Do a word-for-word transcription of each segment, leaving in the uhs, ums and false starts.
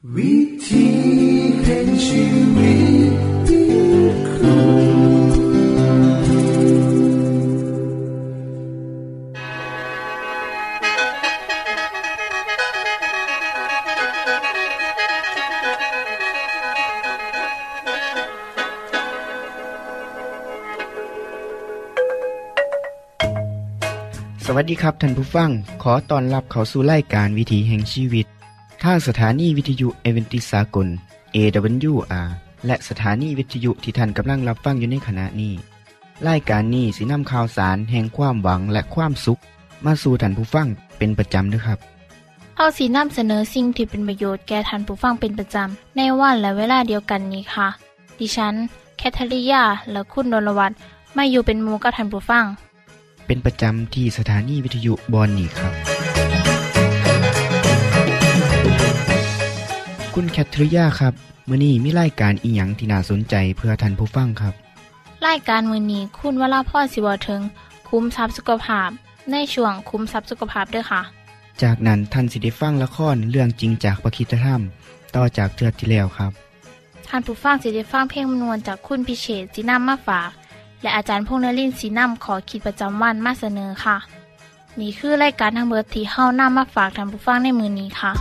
วิธีแห่งชีวิตติดคุกสวัสดีครับท่านผู้ฟังขอต้อนรับเข้าสู่รายการวิถีแห่งชีวิตทางสถานีวิทยุเอเวนติสากล เอ ดับเบิลยู อาร์ และสถานีวิทยุที่ท่านกำลังรับฟังอยู่ในขณะนี้รายการนี้สินำข่าวสารแห่งความหวังและความสุขมาสู่ท่านผู้ฟังเป็นประจำเด้อครับเฮาสินำเสนอสิ่งที่เป็นประโยชน์แก่ท่านผู้ฟังเป็นประจำในวันและเวลาเดียวกันนี้ค่ะดิฉันแคทริยาและคุณดลวัฒน์มาอยู่เป็นหมู่กับท่านผู้ฟังเป็นประจำที่สถานีวิทยุบอนนี่ครับคุณแคทริยาครับมื้อนี้มีรายการอีหยังที่น่าสนใจเพื่อท่านผู้ฟังครับรายการมื้อนี้คุณวราพรสิเว้าถึงคุ้มทรัพย์สุขภาพในช่วงคุ้มทรัพย์สุขภาพเด้อค่ะจากนั้นท่านสิได้ฟังละครเรื่องจริงจากพระคริสตธรรมต่อจากเทื่อที่แล้วครับท่านผู้ฟังสิได้ฟังเพลงมนวนจากคุณพิเชษฐ์สินำมาฝากและอาจารย์พงษ์นฤมลศรีนำขอคิดประจำวันมาเสนอค่ะนี่คือรายการทั้งเบิดที่เฮานำมาฝากท่านผู้ฟังในมื้อนี้ค่ะ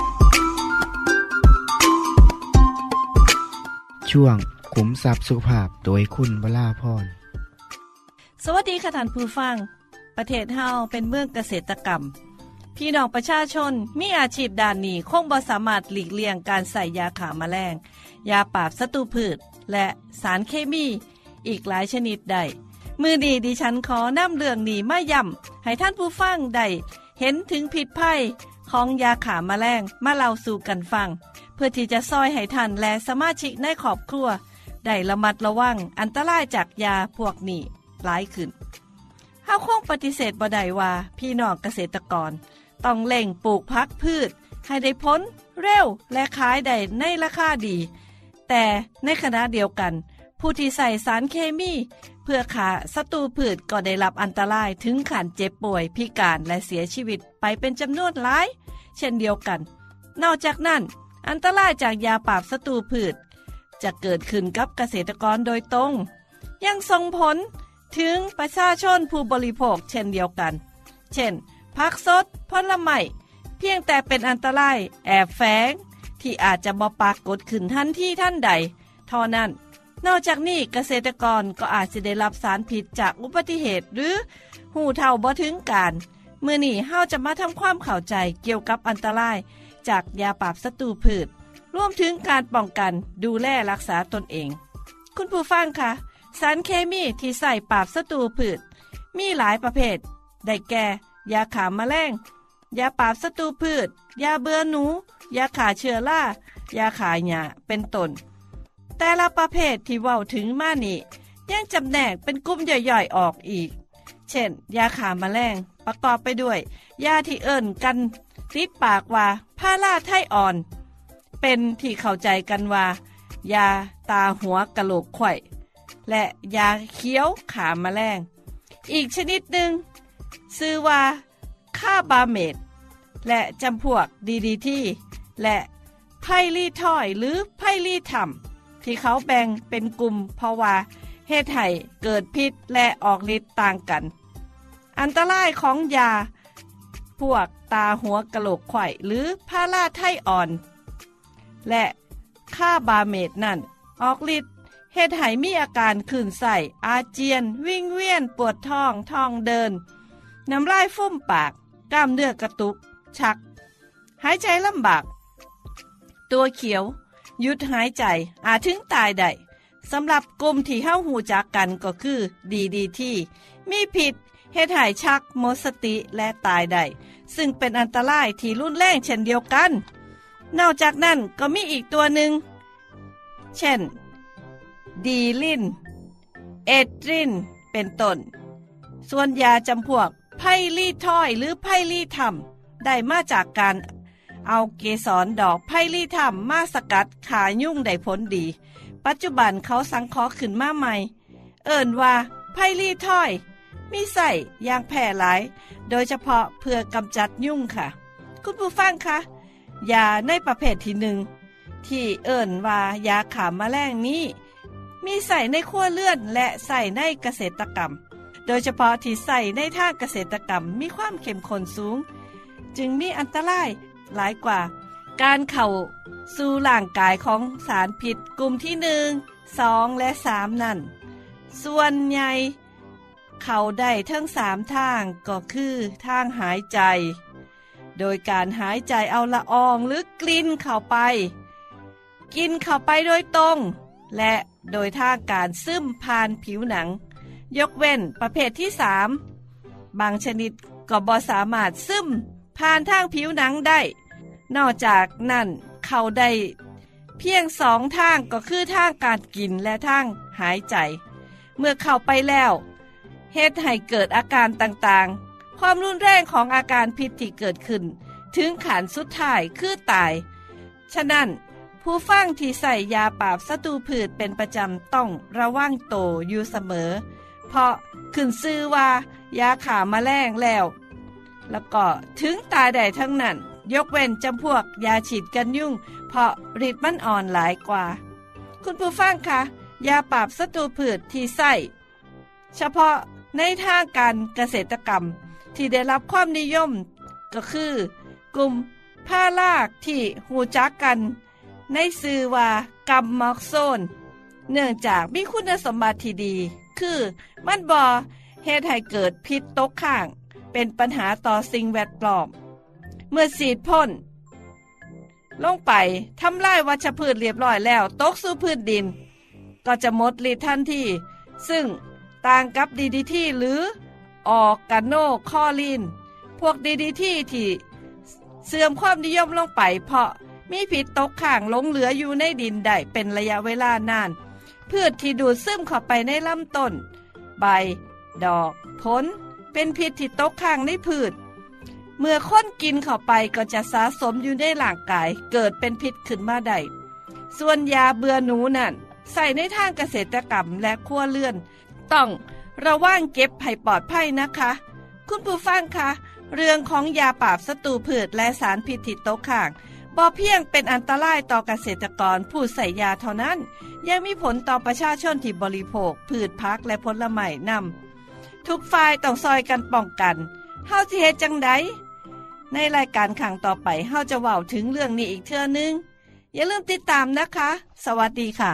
ช่วงขุมทรัพย์สุขภาพโดยคุณวราพรสวัสดีค่ะท่านผู้ฟังประเทศเฮาเป็นเมืองเกษตรกรรมพี่น้องประชาชนมีอาชีพด้านนี้คงบ่สามารถหลีกเลี่ยงการใส่ยาฆ่าแมลงยาปราบศัตรูพืชและสารเคมีอีกหลายชนิดได้มื้อนี้ดิฉันขอนำเรื่องนี้มาย้ำให้ท่านผู้ฟังได้เห็นถึงพิษภัยของยาฆ่าแมลงมาเล่าสู่กันฟังเพื่อที่จะซอยให้ท่านและสมาชิกในครอบครัวได้ระมัดระวังอันตรายจากยาพวกนี้หลายขึ้นเฮาคงปฏิเสธบ่ได้ว่าพี่น้องเกษตรกรต้องเร่งปลูกพักพืชให้ได้ผลเร็วและขายได้ในราคาดีแต่ในขณะเดียวกันผู้ที่ใส่สารเคมีเพื่อฆ่าศัตรูพืชก็ได้รับอันตรายถึงขั้นเจ็บป่วยพิการและเสียชีวิตไปเป็นจำนวนหลายเช่นเดียวกันนอกจากนั้นอันตรายจากยาปราบศัตรูพืชจะเกิดขึ้นกับเกษตรกรโดยตรงยังส่งผลถึงประชาชนผู้บริโภคเช่นเดียวกันเช่นผักสดผลไม้เพียงแต่เป็นอันตรายแอบแฝงที่อาจจะบ่ปรากฏขึ้นทันทีทันใดเท่านั้นนอกจากนี้เกษตรกรก็อาจจะได้รับสารพิษจากอุบัติเหตุหรือหูเท่าบ่ถึงการมื้อนี้เฮาจะมาทำความเข้าใจเกี่ยวกับอันตรายจากยาปราบศัตรูพืชรวมถึงการป้องกันดูแลรักษาตนเองคุณผู้ฟังคะสารเคมีที่ใส่ปราบศัตรูพืชมีหลายประเภทได้แก่ยาฆ่าแมลงยาปราบศัตรูพืชยาเบื่อหนูยาฆ่าเชื้อรายาฆ่าหญ้าเป็นต้นแต่ละประเภทที่เว้าถึงมานี้ยังจำแนกเป็นกลุ่มย่อยๆออกอีกเช่นยาฆ่าแมลงประกอบไปด้วยยาที่เอิ้นกันติดปากว่าพาราไทออนเป็นที่เข้าใจกันว่ายาตาหัวกะโหลกไข้และยาเขียวฆ่าแมลงอีกชนิดหนึ่งชื่อว่าคาบาเมดและจำพวก ดี ดี ที และไพลีทอยหรือไพลีทัมที่เขาแบ่งเป็นกลุ่มเพราะว่าเฮ็ดให้เกิดพิษและออกฤทธิ์ต่างกันอันตรายของยาพวกตาหัวกะโหลกไข้หรือพาราไทออนและคาบาเมดนั่นออกฤทธิ์เฮ็ดให้มีอาการคลื่นไส้อาเจียนวิงเวียนปวดท้องท้องเดินน้ำลายฟูมปากกล้ามเนื้อกระตุกชักหายใจลำบากตัวเขียวหยุดหายใจอาจถึงตายได้สำหรับกลุ่มที่เฮาหูจักกันก็คือ ดี ดี ที มีพิษเฮ็ดให้ชักหมดสติและตายได้ซึ่งเป็นอันตรายที่รุนแรงเช่นเดียวกันนอกจากนั้นก็มีอีกตัวหนึ่งเช่นดีลินเอตรินเป็นต้นส่วนยาจำพวกไพลีทอยหรือไพลีทัมได้มาจากการเอาเกสรดอกไพลีทัมมาสกัดขายุ่งได้ผลดีปัจจุบันเขาสังเคราะห์ขึ้นมาใหม่เอิ่นว่าไพลีทอยมีใส่อย่างแพร่หลายโดยเฉพาะเพื่อกำจัดยุ่งค่ะคุณผู้ฟังคะยาในประเภทที่หนึ่งที่เอิ่นว่ายาฆ่าแมลงนี้มีใส่ในครัวเรือนและใส่ในเกษตรกรรมโดยเฉพาะที่ใส่ในทางเกษตรกรรมมีความเข้มข้นสูงจึงมีอันตรายหลายกว่าการเข้าสู่ร่างกายของสารพิษกลุ่มที่หนึ่ง สองและสามนั่นส่วนใหญ่เข้าได้ทั้งสามทางก็คือทางหายใจโดยการหายใจเอาละอองหรือกลิ่นเข้าไปกินเข้าไปโดยตรงและโดยทางการซึมผ่านผิวหนังยกเว้นประเภทที่สามบางชนิดก็บ่สามารถซึมผ่านทางผิวหนังได้นอกจากนั้นเข้าได้เพียงสองทางก็คือทางการกินและทางหายใจเมื่อเข้าไปแล้วเฮ็ดให้เกิดอาการต่างๆความรุนแรงของอาการพิษที่เกิดขึ้นถึงขั้นสุดท้ายคือตายฉะนั้นผู้ฟังที่ใส่ยาปราบศัตรูพืชเป็นประจำต้องระวังโตวอยู่เสมอเพราะขึ้นชื่อว่ายาฆ่าแมลงแล้วแล้วก็ถึงตายได้ทั้งนั้นยกเว้นจำพวกยาฉีดกันยุงเพราะฤทธิ์มันอ่อนหลายกว่าคุณผู้ฟังคะยาปราบศัตรูพืชที่ใส่เฉพาะในทางการเกษตรกรรมที่ได้รับความนิยมก็คือกลุ่มผ้าลากที่หูจักกันในชื่อว่ากัมมอกโซนเนื่องจากมีคุณสมบัติที่ดีคือมันบ่เฮ็ดให้เกิดพิษตกค้างเป็นปัญหาต่อสิ่งแวดล้อมเมื่อฉีดพ่นลงไปทำลายวัชพืชเรียบร้อยแล้วตกสู่พื้นดินก็จะหมดฤทธิ์ทันทีซึ่งต่างกับ ดี ดี ที หรือออร์แกโนคลอรีนพวก ดี ดี ที ที่เสื่อมความนิยมลงไปเพราะมีพิษตกค้างหลงเหลืออยู่ในดินได้เป็นระยะเวลานานพืชที่ดูดซึมเข้าไปในลำต้นใบดอกผลเป็นพิษที่ตกค้างในพืชเมื่อคนกินเข้าไปก็จะสะสมอยู่ในร่างกายเกิดเป็นพิษขึ้นมาได้ส่วนยาเบื่อหนูนั่นใส่ในทางเกษตรกรรมและครัวเรือนต้องระวังเก็บให้ปลอดภัยนะคะคุณผู้ฟังคะเรื่องของยาปราบศัตรูพืชและสารพิษที่ตกค้างบ่เพียงเป็นอันตรายต่อเกษตรกรผู้ใส่ยาเท่านั้นยังมีผลต่อประชาชนที่บริโภคพืชผักและผลไม้นำทุกฝ่ายต้องซอยกันป้องกันเฮาสิเฮ็ดจังไดในรายการขังต่อไปเฮาจะเว้าถึงเรื่องนี้อีกเทื่อนึงอย่าลืมติดตามนะคะสวัสดีค่ะ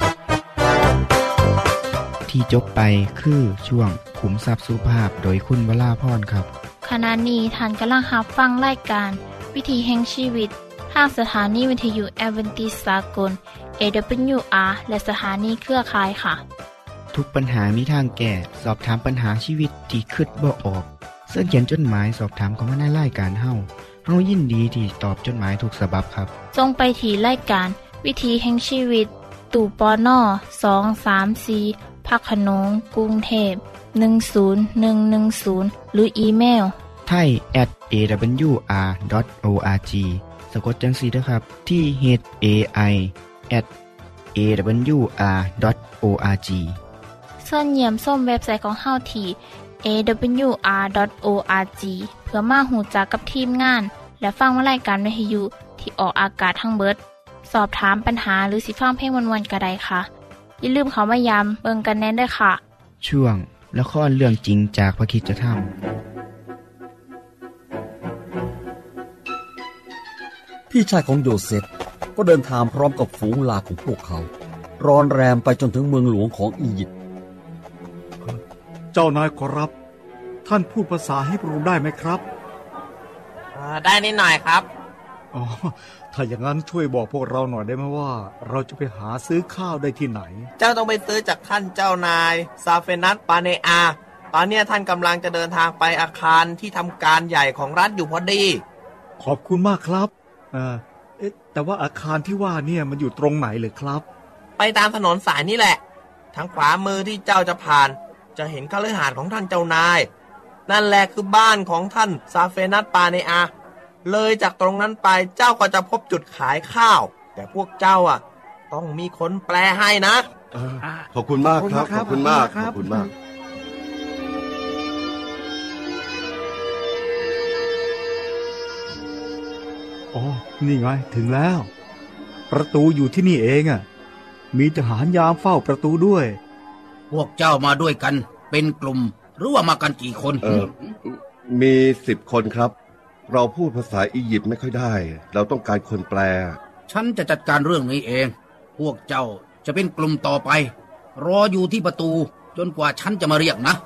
ที่จบไปคือช่วงขุมทรัพย์สุภาพโดยคุณวราพรครับขณะนี้ท่านกำลังรับฟังรายการวิถีแห่งชีวิตทางสถานีวิทยุแอดเวนทิสต์สากล เอ ดับเบิลยู อาร์ และสถานีเครือข่ายค่ะทุกปัญหามีทางแก้สอบถามปัญหาชีวิตที่คิดบ่ออกเสื้อเขียนจดหมายสอบถามเข้ามาในรายการเฮาเฮายินดีที่ตอบจดหมายทุกฉบับครับส่งไปที่รายการวิถีแห่งชีวิตตู้ปนสอง สาม สี่พักขนงกรุงเทพหนึ่งศูนย์หนึ่งหนึ่งศูนย์หรืออีเมลไทย แอท เอ ดับเบิลยู อาร์ ดอท โอ อาร์ จี สะกดจังซี่นะครับที่ เอช เอ ไอ แอท เอ ดับเบิลยู อาร์ ดอท โอ อาร์ จีส่วนเยี่ยมส้มเว็บไซต์ของเฮาที่ เอ ดับเบิลยู อาร์ ดอท โอ อาร์ จี เพื่อมาหูจักกับทีมงานและฟังรายการวิทยุที่ออกอากาศทั้งเบิดสอบถามปัญหาหรือสิฟังเพลงม่วนๆก็ได้ค่ะอย่าลืมเข้ามายามเบิ่งกันแน่นด้วยค่ะช่วงละครเรื่องจริงจากพระคริสตธรรมพี่ชายของโยเซฟก็เดินทางพร้อมกับฝูงลาของพวกเขารอนแรมไปจนถึงเมืองหลวงของอียิปต์เจ้านายขอรับท่านพูดภาษาฮีบรูได้ไหมครับได้นิดหน่อยครับอ๋อถ้าอย่างนั้นช่วยบอกพวกเราหน่อยได้ไหมว่าเราจะไปหาซื้อข้าวได้ที่ไหนเจ้าต้องไปซื้อจากท่านเจ้านายซาเฟนัสปาเนอาตอนนี้ท่านกำลังจะเดินทางไปอาคารที่ทำการใหญ่ของรัฐอยู่พอดีขอบคุณมากครับเอ่อเอ๊ะแต่ว่าอาคารที่ว่าเนี่ยมันอยู่ตรงไหนเลยครับไปตามถนนสายนี่แหละทางขวามือที่เจ้าจะผ่านจะเห็นคฤหาสน์ของท่านเจ้านายนั่นแหละคือบ้านของท่านซาเฟนัสปาเนอาเลยจากตรงนั้นไปเจ้าก็จะพบจุดขายข้าวแต่พวกเจ้าอ่ะต้องมีคนแปลให้นะขอบคุณมากครับขอบคุณมากขอบคุณมากโอ้อ๋อนี่ไงถึงแล้วประตูอยู่ที่นี่เองอ่ะมีทหารยามเฝ้าประตูด้วยพวกเจ้ามาด้วยกันเป็นกลุ่มหรือว่ามากันกี่คนเออมีสิบคนครับเราพูดภาษาอียิปต์ไม่ค่อยได้เราต้องการคนแปลฉันจะจัดการเรื่องนี้เองพวกเจ้าจะเป็นกลุ่มต่อไปรออยู่ที่ประตูจนกว่าฉันจะมาเรียกนะ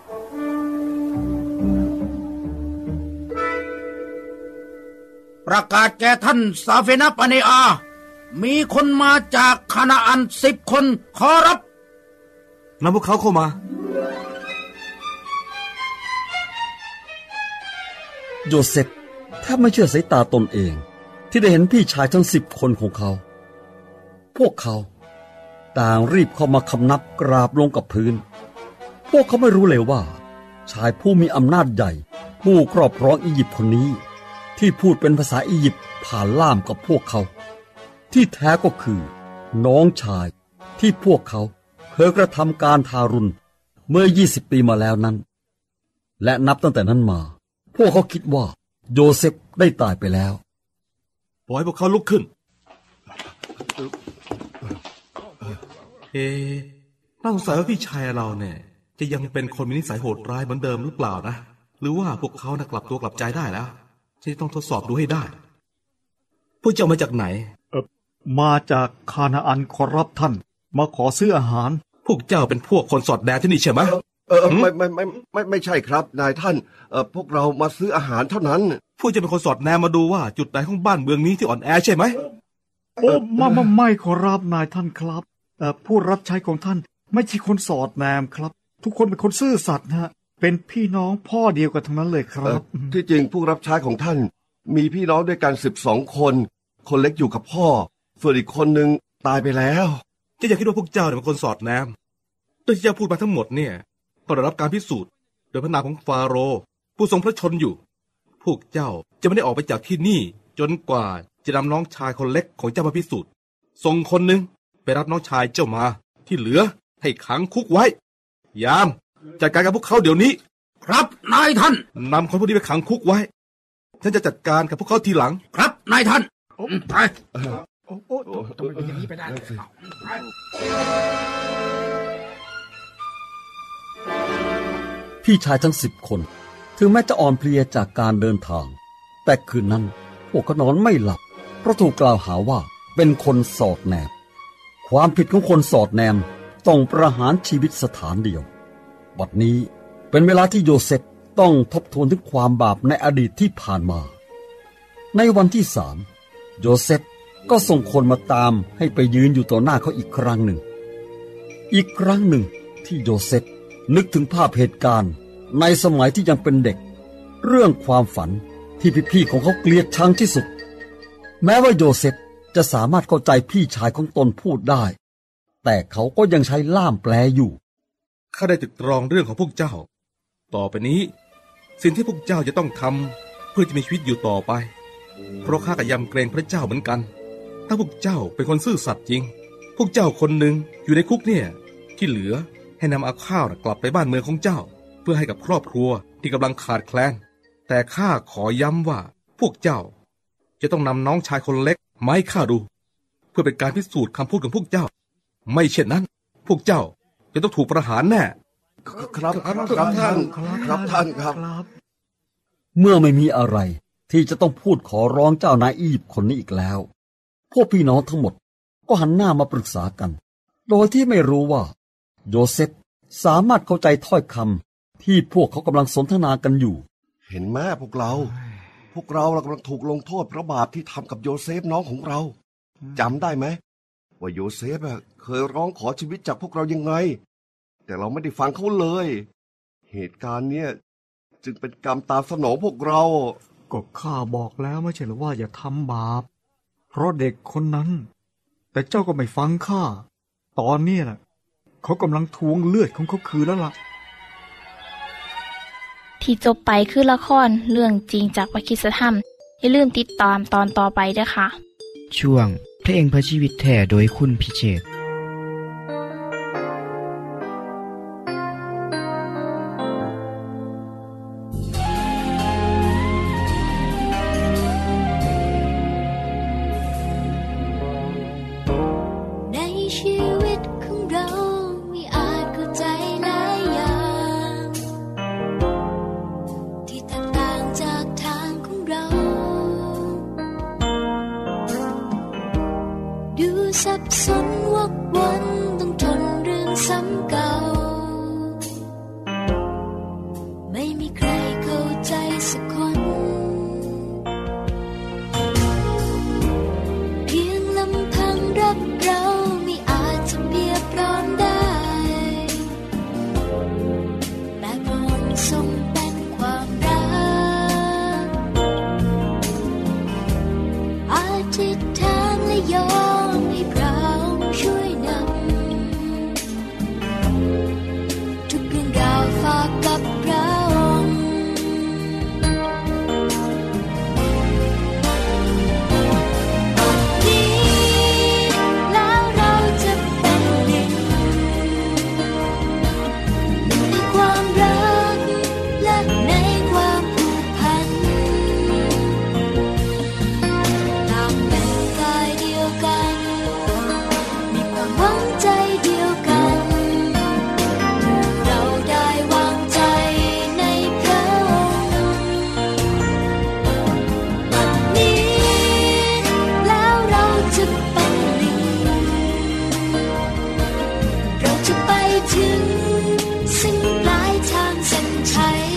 ประกาศแก่ท่านซาเฟนัปเนอามีคนมาจากคานาอันสิบคนขอรับนำพวกเขาเข้ามาโยเซฟแทบไม่เชื่อสายตาตนเองที่ได้เห็นพี่ชายทั้งสิบคนของเขาพวกเขาต่างรีบเข้ามาคำนับกราบลงกับพื้นพวกเขาไม่รู้เลยว่าชายผู้มีอำนาจใหญ่ผู้ครอบครองอียิปต์คนนี้ที่พูดเป็นภาษาอียิปต์ผ่านล่ามกับพวกเขาที่แท้ก็คือน้องชายที่พวกเขาเคยกระทำการทารุณเมื่อยี่สิบปีมาแล้วนั้นและนับตั้งแต่นั้นมาพวกเขาคิดว่าโยเซฟได้ตายไปแล้วปล่อยพวกเขาลุกขึ้นเอ๊ะน่าสงสัยว่าพี่ชายเราเนี่ยจะยังเป็นคนมีนิสัยโหดร้ายเหมือนเดิมหรือเปล่านะหรือว่าพวกเขาน่ะกลับตัวกลับใจได้แล้วฉันต้องทดสอบดูให้ได้พวกเจ้ามาจากไหนเออมาจากคานาอันขอรับท่านมาขอซื้ออาหารพวกเจ้าเป็นพวกคนสอดแนมที่นี่ใช่ไหมเออไม่ไม่ไม่ไม่ไม่ใช่ครับนายท่านเออพวกเรามาซื้ออาหารเท่านั้นพวกจะเป็นคนสอดแนมมาดูว่าจุดไหนของบ้านเมืองนี้ที่อ่อนแอใช่ไหมโอ้ไม่ไม่ไม่ขอรับนายท่านครับเออผู้รับใช้ของท่านไม่ใช่คนสอดแนมครับทุกคนเป็นคนซื่อสัตย์นะฮะเป็นพี่น้องพ่อเดียวกันทั้งนั้นเลยครับที่จริงผู้รับใช้ของท่านมีพี่น้องด้วยกันสิบสองคนคนเล็กอยู่กับพ่อส่วนอีกคนนึงตายไปแล้วจะอยากคิดว่าพวกเจ้าเป็นคนสอดแนมโดยที่เจ้าพูดมาทั้งหมดเนี่ยต้องได้รับการพิสูจน์โดยพระนามของฟาโรห์ผู้ทรงพระชนอยู่พวกเจ้าจะไม่ได้ออกไปจากที่นี่จนกว่าจะนำน้องชายคนเล็กของเจ้ามาพิสูจน์ส่งคนหนึ่งไปรับน้องชายเจ้ามาที่เหลือให้ขังคุกไว้ยามจัดการกับพวกเขาเดี๋ยวนี้ครับนายท่านนำคนพวกนี้ไปขังคุกไว้ฉันจะจัดการกับพวกเขาทีหลังครับนายท่านไปโอ้โหทำไมเป็นอย่างนี้ไปได้พี่ชายทั้งสิบคนถึงแม้จะอ่อนเพลียจากการเดินทางแต่คืนนั้นพวกเขานอนไม่หลับเพราะถูกกล่าวหาว่าเป็นคนสอดแนมความผิดของคนสอดแนมต้องประหารชีวิตสถานเดียวบัดนี้เป็นเวลาที่โยเซฟต้องทบทวนถึงความบาปในอดีตที่ผ่านมาในวันที่สามโยเซฟก็ส่งคนมาตามให้ไปยืนอยู่ต่อหน้าเขาอีกครั้งหนึ่งอีกครั้งหนึ่งที่โยเซฟนึกถึงภาพเหตุการณ์ในสมัยที่ยังเป็นเด็กเรื่องความฝันที่พี่ๆของเขาเกลียดชังที่สุดแม้ว่าโยเซฟจะสามารถเข้าใจพี่ชายของตนพูดได้แต่เขาก็ยังใช้ล่ามแปลอยู่ข้าได้ตรึกตรองเรื่องของพวกเจ้าต่อไปนี้สิ่งที่พวกเจ้าจะต้องทำเพื่อจะมีชีวิตอยู่ต่อไปเพราะข้าก็ยำเกรงพระเจ้าเหมือนกันถ้าพวกเจ้าเป็นคนซื่อสัตย์จริงพวกเจ้าคนหนึ่งอยู่ในคุกเนี่ยที่เหลือให้นำเอาข้าวกลับไปบ้านเมืองของเจ้าเพื่อให้กับครอบครัวที่กำลังขาดแคลนแต่ข้าขอย้ำว่าพวกเจ้าจะต้องนำน้องชายคนเล็กมาให้ข้าดูเพื่อเป็นการพิสูจน์คำพูดของพวกเจ้าไม่เช่นนั้นพวกเจ้าจะต้องถูกประหารแน่ครับครับท่านครับท่านครับเมื่อไม่มีอะไรที่จะต้องพูดขอร้องเจ้านายอียิปต์คนนี้อีกแล้วพวกพี่น้องทั้งหมดก็หันหน้ามาปรึกษากันโดยที่ไม่รู้ว่าโยเซฟสามารถเข้าใจถ้อยคำที่พวกเขากำลังสนทนากันอยู่เห็นไหมพวกเราพวกเราเรากำลังถูกลงโทษเพราะบาปที่ทำกับโยเซฟน้องของเราจำได้ไหมว่าโยเซฟเคยร้องขอชีวิตจากพวกเรายังไงแต่เราไม่ได้ฟังเขาเลยเหตุการณ์เนี้ยจึงเป็นกรรมตามสนองพวกเราก็ข้าบอกแล้วไม่ใช่หรือว่าอย่าทำบาปเพราะเด็กคนนั้นแต่เจ้าก็ไม่ฟังข้าตอนนี้น่ะเขากำลังทวงเลือดของเขาคืนแล้วล่ะที่จบไปคือละครเรื่องจริงจากวิคิสธรรมอย่าลืมติดตามตอนต่อไปด้วยค่ะช่วงเพลงเพื่อชีวิตแท้โดยคุณพิเชษฐ์สับสนวกวนต้องทนเรื่องซ้ำเก่าไม่มีใครเข้าใจสักคนเพียงลำพังรักเราไม่อาจจะเพียบพร้อมได้แต่พระองค์ทรงเป็นความรักอธิษฐานและยอมให้พระองค์ช่วยนำทุกเรื่องราวฝากกับพระองค์นี้แล้วเราจะเป็นหนึ่งในความรักและในความผูกพันต่างเป็นกายเดียวกันมีความหวังใจเดียวกันเราได้วางใจในพระองค์บัดนี้แล้วเราจะเป็นหนึ่งเราจะไปถึงซึ่งปลายทางเส้นชัย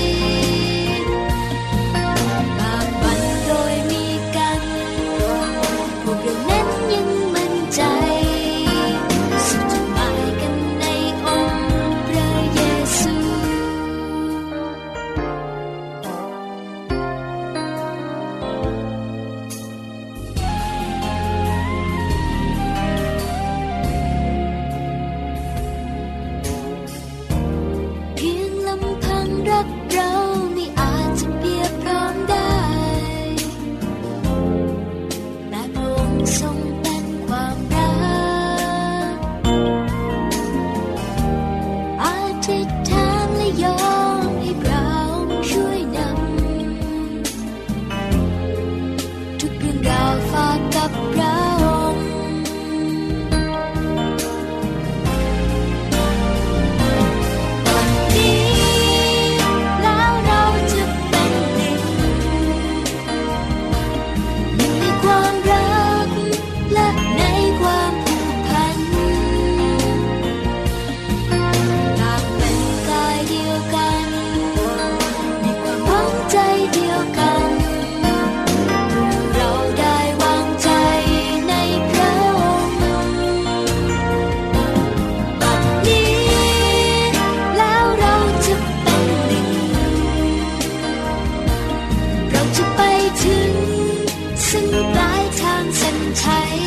บางวันโดยมีกันพวกเรานั้นยังมั่นใจสู่จุดหมายกันในองค์พระเยซู เพียงลำพังรักเราไม่อาจจะเพียบพร้อมได้แต่พระองค์ทรงเป็นความรักอธิษฐานและยอมให้พระองค์ช่วยนำทุกเรื่องราวฝากกับพระองค์วันนี้แล้วเราจะเป็นหนึ่งหนึ่งในความรักและในความผูกพันต่างเป็นกายเดียวกันมีความหวังใจเดียวกันเราได้วางใจในพระองค์บัดนี้แล้วเราจะเป็นหนึ่งเราจะไปถึงซึ่งปลายทางเส้นชัย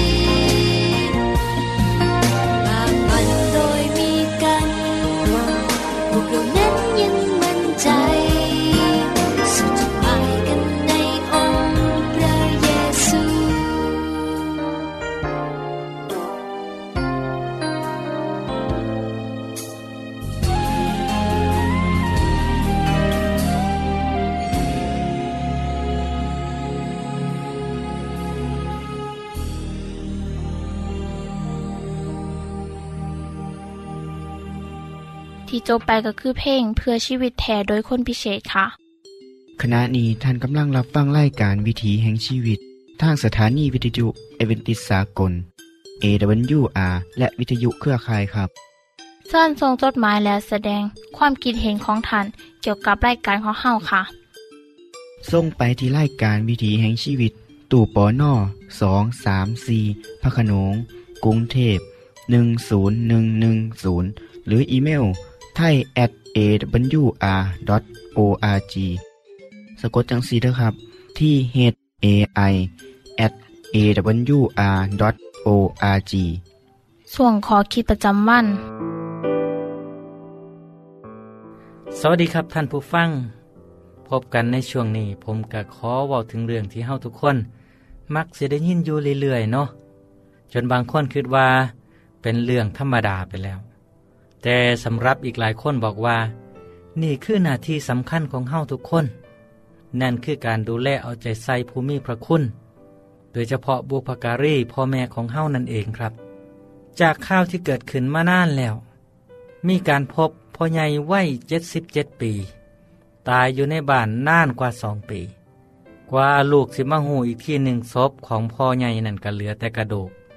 บางวันโดยมีกันพวกเรานั้นยังมั่นใจสู่จุดหมายกันในองค์พระเยซูที่จบไปก็คือเพลงเพื่อชีวิตแท้โดยคนพิเศษค่ะขณะนี้ท่านกำลังรับฟังรายการวิถีแห่งชีวิตทางสถานีวิทยุเอเวนติสากล เอ ดับเบิลยู อาร์ และวิทยุเครือข่ายครับเชิญส่งจดหมายและแสดงความคิดเห็นของท่านเกี่ยวกับรายการของเฮาค่ะส่งไปที่รายการวิถีแห่งชีวิตตู้ปนสองสามสี่พระโขนงกรุงเทพหนึ่งศูนย์หนึ่งหนึ่งศูนย์หรืออีเมลไทย แอท เอ ดับเบิลยู อาร์ ดอท โอ อาร์ จี สะกดจังสีเด้อครับที่ เอช เอ ไอ แอท เอ ดับเบิลยู อาร์ ดอท โอ อาร์ จีส่วนขอคิดประจำวันสวัสดีครับท่านผู้ฟัง พบกันในช่วงนี้ผมก็ขอเว้าถึงเรื่องที่เฮาทุกคนมักสิได้ยินอยู่เรื่อยๆเนาะจนบางคนคิดว่าเป็นเรื่องธรรมดาไปแล้วแต่สำหรับอีกหลายคนบอกว่านี่คือหน้าที่สำคัญของเฮาทุกคนนั่นคือการดูแลเอาใจใส่ผู้มีพระคุณโดยเฉพาะบุพการีพ่อแม่ของเฮานั่นเองครับจากข่าวที่เกิดขึ้นมานานแล้วมีการพบพ่อใหญ่วัยเจ็ดสิบเจ็ดปีตายอยู่ในบ้านนานกว่าสองปีกว่าลูกสิมาหูอีกที่หนึ่งศพของพ่อใหญ่นั่นก็เหลือแต่กระดูก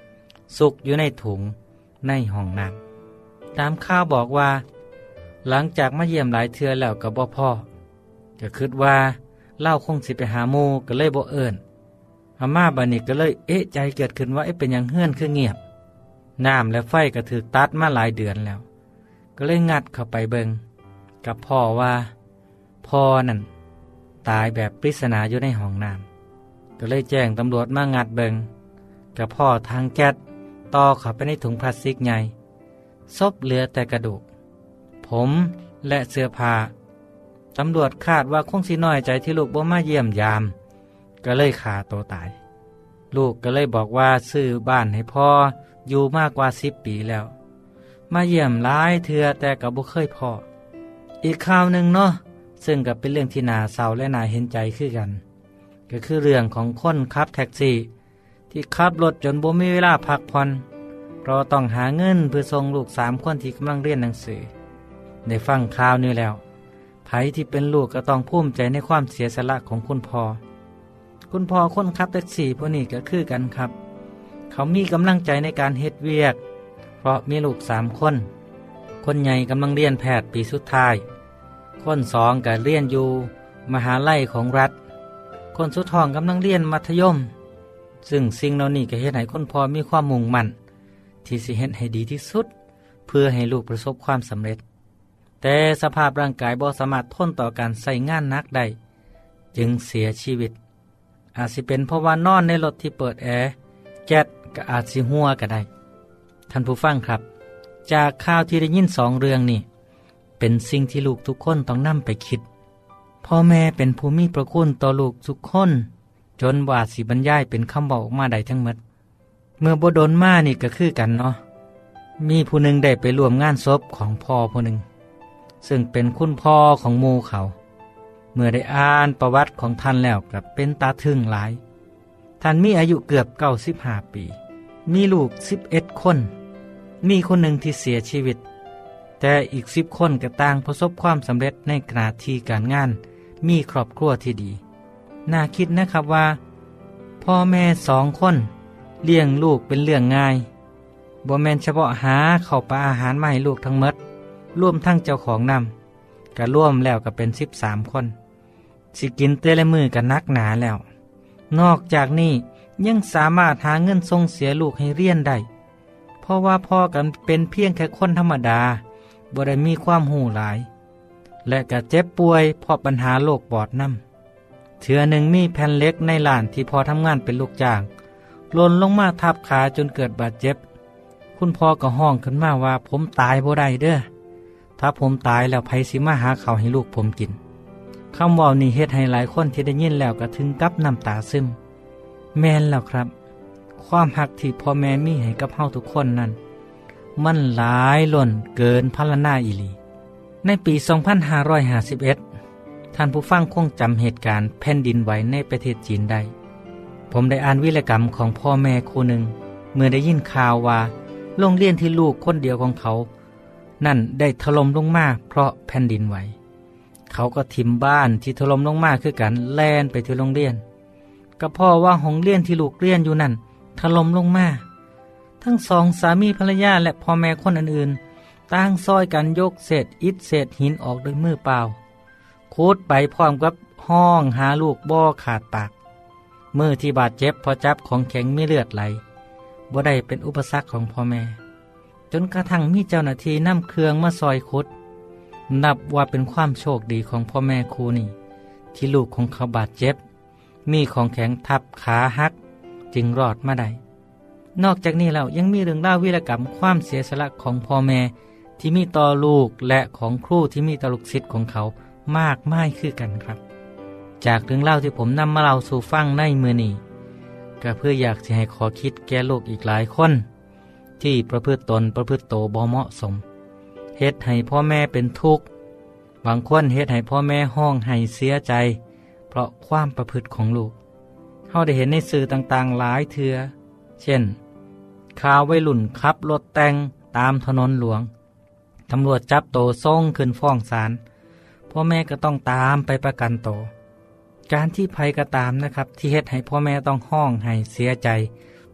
สุกอยู่ในถุงในห้องน้ำตามข่าวบอกว่าหลังจากมาเยี่ยมหลายเทื่อแล้วก็บ่พอก็คิดว่าเล่าคงสิไปหาหมู่ก็เลยบ่เอิ้นอาม่าบัดนี้ก็เลยเอ๊ะใจเกิดขึ้นว่าเอ๊ะเป็นหยังเฮือนคือเงียบน้ำและไฟก็ถูกตัดมาหลายเดือนแล้วก็เลยงัดเข้าไปเบิงกับพ่อว่าพ่อนั่นตายแบบปริศนาอยู่ในห้องน้ำก็เลยแจ้งตำรวจมางัดเบิงกับพ่อทางแก๊สต่อเข้าไปในถุงพลาสติกใหญ่ศพเหลือแต่กระดูกผมและเสื้อผ้าตำรวจคาดว่าคงสิน้อยใจที่ลูกบ่มาเยี่ยมยามก็เลยฆ่าตัวตายลูกก็เลยบอกว่าซื้อบ้านให้พ่ออยู่มากกว่าสิบปีแล้วมาเยี่ยมหลายเทื่อแต่ก็บ่เคยพออีกข่าวหนึ่งเนาะซึ่งก็เป็นเรื่องที่น่าเศร้าและน่าเห็นใจคือกันก็คือเรื่องของคนขับแท็กซี่ที่ขับรถจนบ่มีเวลาพักผ่อนเพราะต้องหาเงินเพื่อส่งลูกสามคนที่กำลังเรียนหนังสือได้ฟังข่าวนี้แล้วไผที่เป็นลูกก็ต้องภูมิใจในความเสียสละของคุณพ่อคุณพ่อคนขับแท็กซี่พวกนี้ก็คือกันครับเขามีกำลังใจในการเฮ็ดเวียกเพราะมีลูกสามคนคนใหญ่กำลังเรียนแพทย์ปีสุดท้ายคนสองก็เรียนอยู่มหาลัยของรัฐคนสุดท้องกำลังเรียนมัธยมซึ่งสิ่งเหล่านี้ก็เฮ็ดให้คุณพ่อมีความมุ่งมั่นที่สิเฮ็ดให้ดีที่สุดเพื่อให้ลูกประสบความสำเร็จแต่สภาพร่างกายบ่สามารถทนต่อการใส่งานหนักได้จึงเสียชีวิตอาจสิเป็นเพราะว่านอนในรถที่เปิดแอร์แก๊สก็อาจสิรั่วก็ได้ท่านผู้ฟังครับจากข่าวที่ได้ยินสองเรื่องนี้เป็นสิ่งที่ลูกทุกคนต้องนำไปคิดพ่อแม่เป็นผู้มีพระคุณต่อลูกทุกคนจนว่าสิบรรยายเป็นคำบอกออกมาได้ทั้งหมดเมื่อบ่โดนมานี่ก็คือกันเนาะมีผู้หนึ่งได้ไปร่วมงานศพของพ่อผู้หนึ่งซึ่งเป็นคุณพ่อของหมู่เขาเมื่อได้อ่านประวัติของท่านแล้วกลับเป็นตาทึ่งหลายท่านมีอายุเกือบเก้าสิบห้าปีมีลูกสิบเอ็ดคนมีคนหนึ่งที่เสียชีวิตแต่อีกสิบคนก็ต่างประสบความสำเร็จในหน้าที่การงานมีครอบครัวที่ดีน่าคิดนะครับว่าพ่อแม่สองคนเลี้ยงลูกเป็นเรื่องง่ายบ่แม่นเฉพาะหาข้าวปลาอาหารมาให้ลูกทั้งหมดรวมทั้งเจ้าของนำก็ร่วมแล้วก็เป็นสิบสามคนสิกินเตละมือกันนักหนาแล้วนอกจากนี้ยังสามารถหาเงินส่งเสียลูกให้เรียนได้เพราะว่าพ่อกันเป็นเพียงแค่คนธรรมดาบ่ได้มีความหูหลายและก็เจ็บป่วยเพราะปัญหาโรคปอดนำเถื่อหนึ่งมีแผ่นเหล็กในลานที่พอทำงานเป็นลูกจ้างหล่นลงมาทับขาจนเกิดบาดเจ็บคุณพ่อก็ห้องขึ้นมาว่าผมตายบ่ได้เด้อถ้าผมตายแล้วไผสิมาหาข้าวให้ลูกผมกินคำว่านี่เฮ็ดให้หลายคนที่ได้ยินแล้วก็ถึงกับน้ำตาซึมแม่นแล้วครับความหักที่พ่อแม่มีให้กับเฮาทุกคนนั้นมันหลายล้นเกินพรรณนาอีหลีในปีสองพันห้าร้อยห้าสิบเอ็ดท่านผู้ฟังคงจำเหตุการณ์แผ่นดินไหวในประเทศจีนได้ผมได้อ่านวีรกรรมของพ่อแม่คู่หนึ่งเมื่อได้ยินข่าวว่าโรงเรียนที่ลูกคนเดียวของเขานั่นได้ถล่มลงมาเพราะแผ่นดินไหวเขาก็ถิ่มบ้านที่ถล่มลงมาคือกันแล่นไปที่โรงเรียนก็เพราะว่าห้องเรียนที่ลูกเรียนอยู่นั่นถล่มลงมาทั้งสองสามีภรรยาและพ่อแม่คนอื่นๆต่างซอยกันยกเศษอิฐเศษหินออกด้วยมือเปล่าคูดไปพร้อมกับห้องหาลูกบ่ขาดปากมือที่บาดเจ็บพอจับของแข็งมีเลือดไหลบ่ได้เป็นอุปสรรคของพ่อแม่จนกระทั่งมีเจ้าหน้าที่นำเครื่องมาซอยขุดนับว่าเป็นความโชคดีของพ่อแม่คู่นี้ที่ลูกของเขาบาดเจ็บมีของแข็งทับขาหักจึงรอดมาได้นอกจากนี้แล้วยังมีเรื่องเล่าวีรกรรมความเสียสละของพ่อแม่ที่มีต่อลูกและของครูที่มีต่อลูกศิษย์ของเขามากมายคือกันครับจากเรื่องเล่าที่ผมนำมาเล่าสู่ฟังในมื้อนี้ก็เพื่ออยากจะให้ขอคิดแก่ลูกอีกหลายคนที่ประพฤติตนประพฤติโตบ่เหมาะสมเฮ็ดให้พ่อแม่เป็นทุกข์บางคนเฮ็ดให้พ่อแม่ห้องให้เสียใจเพราะความประพฤติของลูกเฮาได้เห็นในสื่อต่างๆหลายเทื่อเช่นข่าววัยรุ่นขับรถแต่งตามถนนหลวงตำรวจจับโตส่งขึ้นฟ้องศาลพ่อแม่ก็ต้องตามไปประกันโตการที่ภัยก็ตามนะครับที่เฮ็ดให้พ่อแม่ต้องห้องให้เสียใจ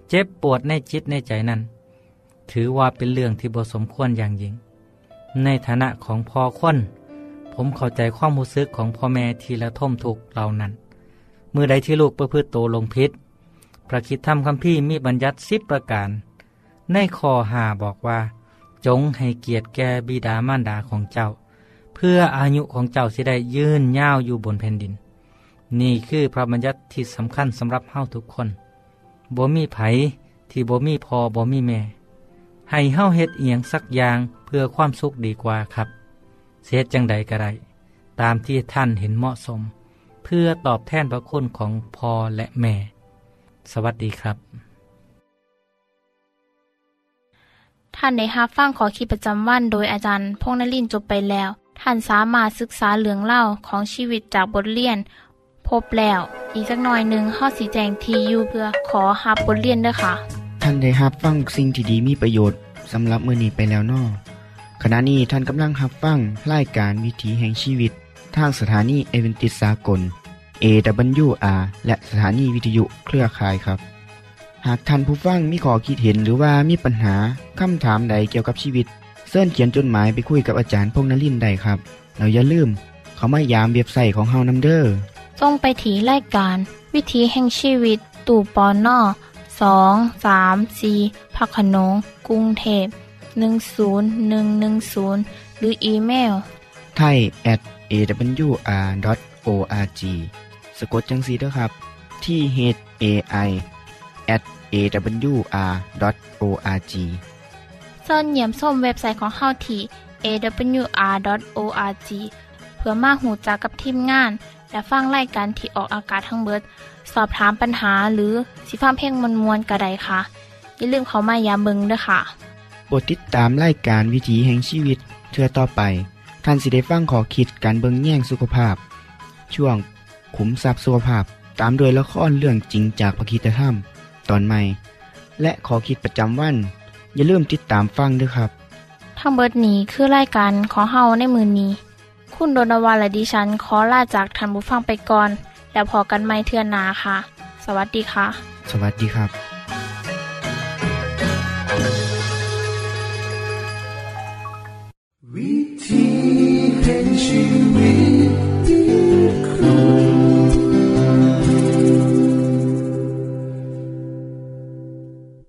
เจ็บปวดในจิตในใจนั้นถือว่าเป็นเรื่องที่บ่สมควรอย่างยิ่งในฐานะของพ่อคนผมเข้าใจความรู้สึกของพ่อแม่ที่ละท่มทุกข์เหล่านั้นเมื่อใดที่ลูกประพฤติตัวลงผิดพระคริสตธรรมคัมภีร์มีบัญญัติสิบประการในข้อห้าบอกว่าจงให้เกียรติแก่บิดามารดาของเจ้าเพื่ออายุของเจ้าสิได้ยืนยาวอยู่บนแผ่นดินนี่คือพระบัญญัติที่สำคัญสำหรับเฮาทุกคนบ่มีไผที่บ่มีพ่อบ่มีแม่ให้เฮาเฮ็ดเอียงสักอย่างเพื่อความสุขดีกว่าครับเสียจังใดก็ได้ตามที่ท่านเห็นเหมาะสมเพื่อตอบแทนพระคุณของพ่อและแม่สวัสดีครับท่านได้รับฟังขอคิดประจำวันโดยอาจารย์พงษ์นฤมย์จบไปแล้วท่านสามารถศึกษาเรื่องเล่าของชีวิตจากบทเรียนพบแล้วอีกสักหน่อยหนึ่งข้อสีแจงทีอยู่เพื่อขอรับบทเรียนด้วยค่ะท่านได้รับฟังสิ่งที่ดีมีประโยชน์สำหรับมื้อนี้ไปแล้วน้อขณะนี้ท่านกำลังรับฟังรายการวิถีแห่งชีวิตทางสถานีเอเวนติสากล เอ ดับเบิลยู อาร์ และสถานีวิทยุเครือข่ายครับหากท่านผู้ฟังมีข้อคิดเห็นหรือว่ามีปัญหาคำถามใดเกี่ยวกับชีวิตเชิญเขียนจดหมายไปคุยกับอาจารย์พงษ์นฤมย์ได้ครับแล้วอย่าลืมเข้ามายามเว็บไซต์ของเฮานำเด้อส่งไปที่รายการวิถีแห่งชีวิตตู่ปนสอง สาม สี่พักขนงกรุงเทพหนึ่ง ศูนย์ หนึ่ง หนึ่ง ศูนย์หรืออีเมลไทย แอท เอ ดับเบิลยู อาร์ ดอท โอ อาร์ จี สะกดจังซี่เด้อครับที่ เอช เอ ไอ แอท เอ ดับเบิลยู อาร์ ดอท โอ อาร์ จีเชิญเยี่ยมชมเว็บไซต์ของเฮาที่ เอ ดับเบิลยู อาร์ ดอท โอ อาร์ จี เพื่อมาหูจักกับทีมงานและฟังรายการที่ออกอากาศทั้งเบิดสอบถามปัญหาหรือสิฟังเพลงมวลๆก็ได้ค่ะอย่าลืมเข้ามายามเบิงด้วยค่ะโปรดติดตามรายการวิถีแห่งชีวิตเทื่อต่อไปท่านสิได้ฟังขอคิดการเบิงแย่งสุขภาพช่วงขุมทรัพย์สุขภาพตามโดยละครเรื่องจริงจากพระคริสตธรรมตอนใหม่และขอคิดประจำวันอย่าลืมติดตามฟังด้วยครับทั้งเบิดนี้คือรายการขอเฮาในมือนี้คุณโดนวาและดิฉันขอลาจากท่านผู้ฟังไปก่อนแล้วพอกันใหม่เทื่อหน้าค่ะสวัสดีค่ะสวัสดีครับ